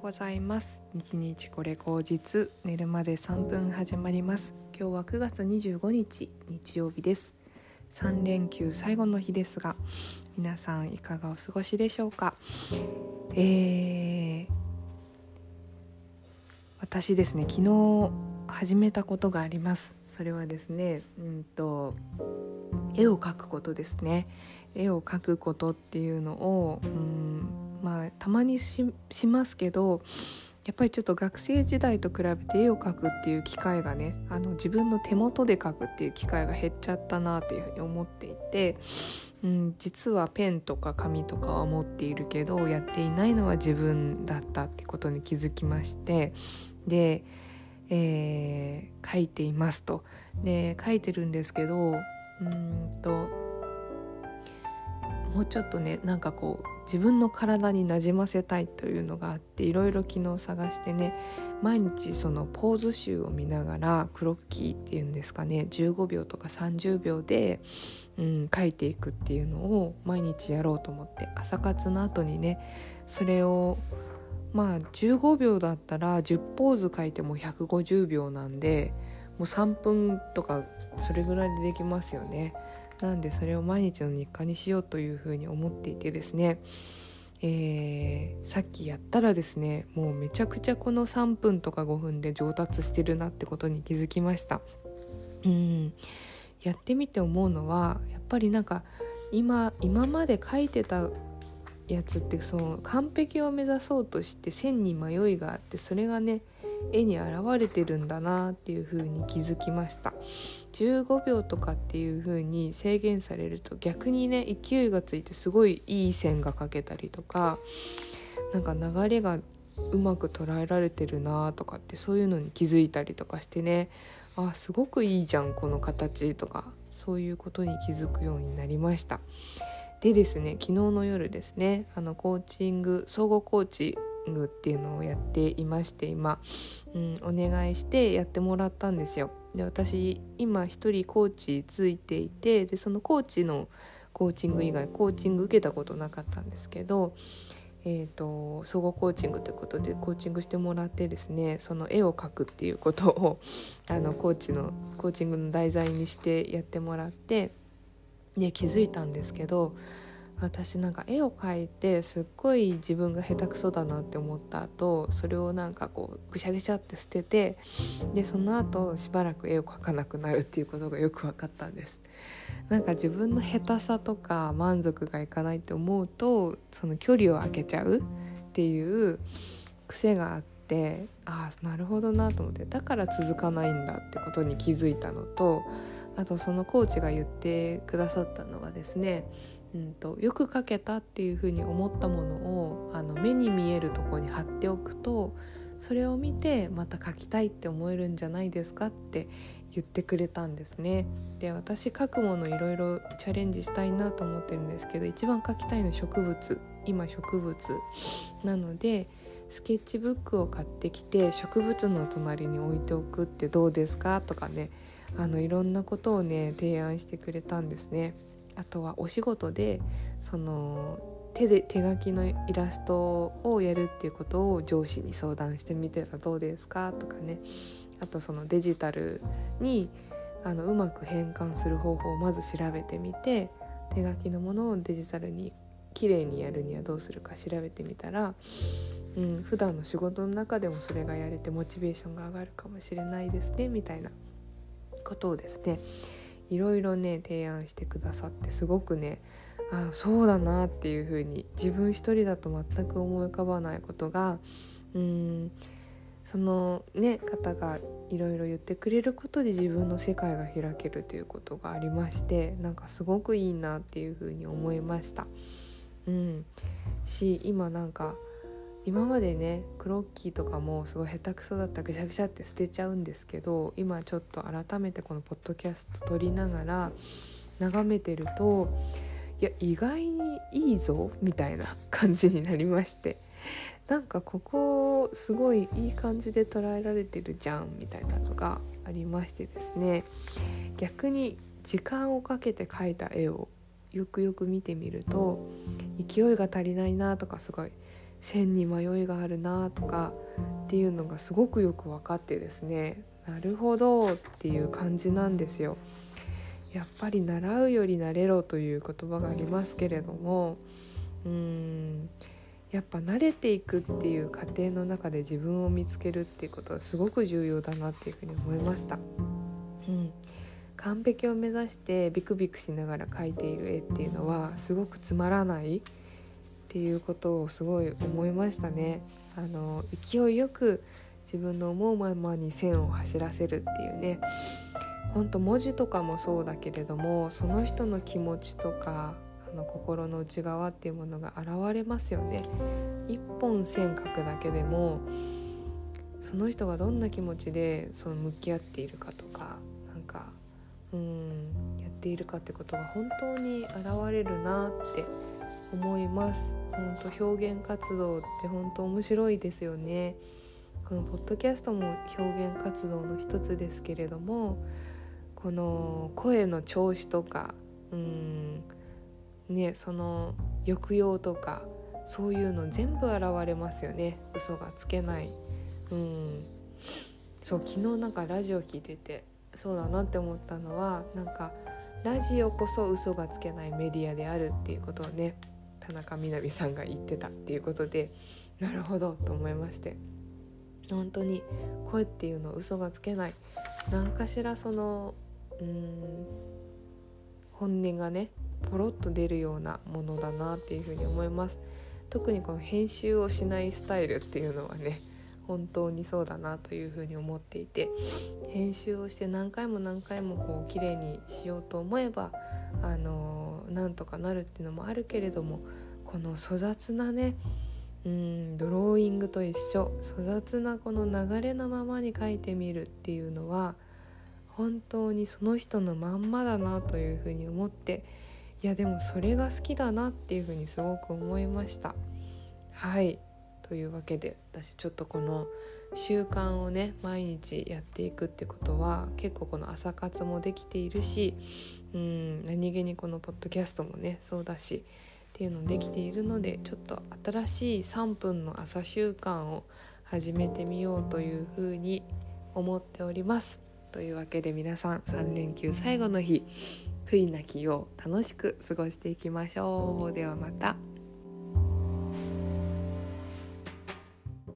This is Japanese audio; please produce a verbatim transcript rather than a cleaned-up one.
ございます。日日これ口実、寝るまでさんぷん始まります。今日はくがつにじゅうごにち日曜日です。さんれんきゅう最後の日ですが、皆さんいかがお過ごしでしょうか。えー、私ですね、昨日始めたことがあります。それはですね、うんと絵を描くことですね。絵を描くことっていうのを、うんまあ、たまに し, しますけど、やっぱりちょっと学生時代と比べて絵を描くっていう機会がね、あの自分の手元で描くっていう機会が減っちゃったなっていうふうに思っていて、うん、実はペンとか紙とかは持っているけどやっていないのは自分だったってことに気づきまして、で、えー、描いていますと。で描いてるんですけど、うーんともうちょっとね、なんかこう自分の体になじませたいというのがあって、いろいろ昨日探してね、毎日そのポーズ集を見ながらクロッキーっていうんですかね、じゅうごびょうとかさんじゅうびょうで、うん、描いていくっていうのを毎日やろうと思って、朝活の後にね、それをまあじゅうごびょうだったらじゅうポーズ描いてもひゃくごじゅうびょうなんで、もうさんぷんとかそれぐらいでできますよね。なんでそれを毎日の日課にしようというふうに思っていてですね、えー、さっきやったらですね、もうめちゃくちゃこのさんぷんとかごふんで上達してるなってことに気づきました。うんやってみて思うのは、やっぱりなんか今今まで書いてたやつって、その完璧を目指そうとして線に迷いがあって、それがね絵に現れてるんだなっていう風に気づきました。じゅうごびょうとかっていう風に制限されると、逆にね勢いがついてすごいいい線が描けたりとか、なんか流れがうまく捉えられてるなとかって、そういうのに気づいたりとかしてね、あすごくいいじゃんこの形とか、そういうことに気づくようになりました。でですね、昨日の夜ですね、あのコーチング、総合コーチングっていうのをやっていまして、今、うん、お願いしてやってもらったんですよ。で私今一人コーチついていて、でそのコーチのコーチング以外コーチング受けたことなかったんですけど、えーと、総合コーチングということでコーチングしてもらってですね、その絵を描くっていうことをあのコーチのコーチングの題材にしてやってもらって、で気づいたんですけど、私なんか絵を描いてすっごい自分が下手くそだなって思った後、それをなんかこうぐしゃぐしゃって捨てて、でその後しばらく絵を描かなくなるっていうことがよく分かったんです。なんか自分の下手さとか満足がいかないって思うと、その距離を空けちゃうっていう癖があって、ああなるほどなと思って、だから続かないんだってことに気づいたのと、あとそのコーチが言ってくださったのがですね、うんと、よく描けたっていうふうに思ったものをあの目に見えるところに貼っておくと、それを見てまた描きたいって思えるんじゃないですかって言ってくれたんですね。で私描くものいろいろチャレンジしたいなと思ってるんですけど、一番描きたいのは植物、今植物なので、スケッチブックを買ってきて植物の隣に置いておくってどうですかとかね、あのいろんなことをね提案してくれたんですね。あとはお仕事でその手で手書きのイラストをやるっていうことを上司に相談してみてはどうですかとかね、あとそのデジタルにあのうまく変換する方法をまず調べてみて、手書きのものをデジタルにきれいにやるにはどうするか調べてみたら、うん、普段の仕事の中でもそれがやれてモチベーションが上がるかもしれないですねみたいなことをですね、いろいろね提案してくださって、すごくねあそうだなっていう風に、自分一人だと全く思い浮かばないことが、うーんそのね方がいろいろ言ってくれることで自分の世界が開けるということがありまして、なんかすごくいいなっていう風に思いました。うんし今なんか今までねクロッキーとかもすごい下手くそだったらぐしゃぐしゃって捨てちゃうんですけど、今ちょっと改めてこのポッドキャスト撮りながら眺めてると、いや意外にいいぞみたいな感じになりまして、なんかここすごいいい感じで捉えられてるじゃんみたいなのがありましてですね、逆に時間をかけて描いた絵をよくよく見てみると、勢いが足りないなとかすごい線に迷いがあるなとかっていうのがすごくよく分かってですね、なるほどっていう感じなんですよ。やっぱり習うより慣れろという言葉がありますけれども、うーんやっぱ慣れていくっていう過程の中で自分を見つけるっていうことはすごく重要だなっていうふうに思いました。うん、完璧を目指してビクビクしながら描いている絵っていうのはすごくつまらないっていうことをすごい思いましたね。あの勢いよく自分の思うままに線を走らせるっていうね、ほんと文字とかもそうだけれども、その人の気持ちとかあの心の内側っていうものが現れますよね。一本線描くだけでもその人がどんな気持ちでその向き合っているかとか、なんかうんやっているかってことが本当に現れるなって思います。本当表現活動って本当面白いですよね。このポッドキャストも表現活動の一つですけれども、この声の調子とかうんね、その抑揚とかそういうの全部現れますよね。嘘がつけない。うんそう昨日なんかラジオ聞いててそうだなって思ったのは、なんかラジオこそ嘘がつけないメディアであるっていうことをね、田中みな実さんが言ってたっていうことで、なるほどと思いまして、本当に声っていうのは嘘がつけない、何かしらそのうーん本音がねポロッと出るようなものだなっていうふうに思います。特にこの編集をしないスタイルっていうのはね本当にそうだなというふうに思っていて、編集をして何回も何回もこう綺麗にしようと思えばあのー、なんとかなるっていうのもあるけれども、この粗雑なねうんドローイングと一緒、粗雑なこの流れのままに描いてみるっていうのは本当にその人のまんまだなというふうに思って、いやでもそれが好きだなっていうふうにすごく思いました。はい、というわけで私ちょっとこの習慣をね毎日やっていくってことは結構この朝活もできているし、うん何気にこのポッドキャストもねそうだしっていうのできているので、ちょっと新しいさんぷんの朝習慣を始めてみようというふうに思っております。というわけで皆さんさん連休最後の日、悔いなきよう楽しく過ごしていきましょう。ではまた。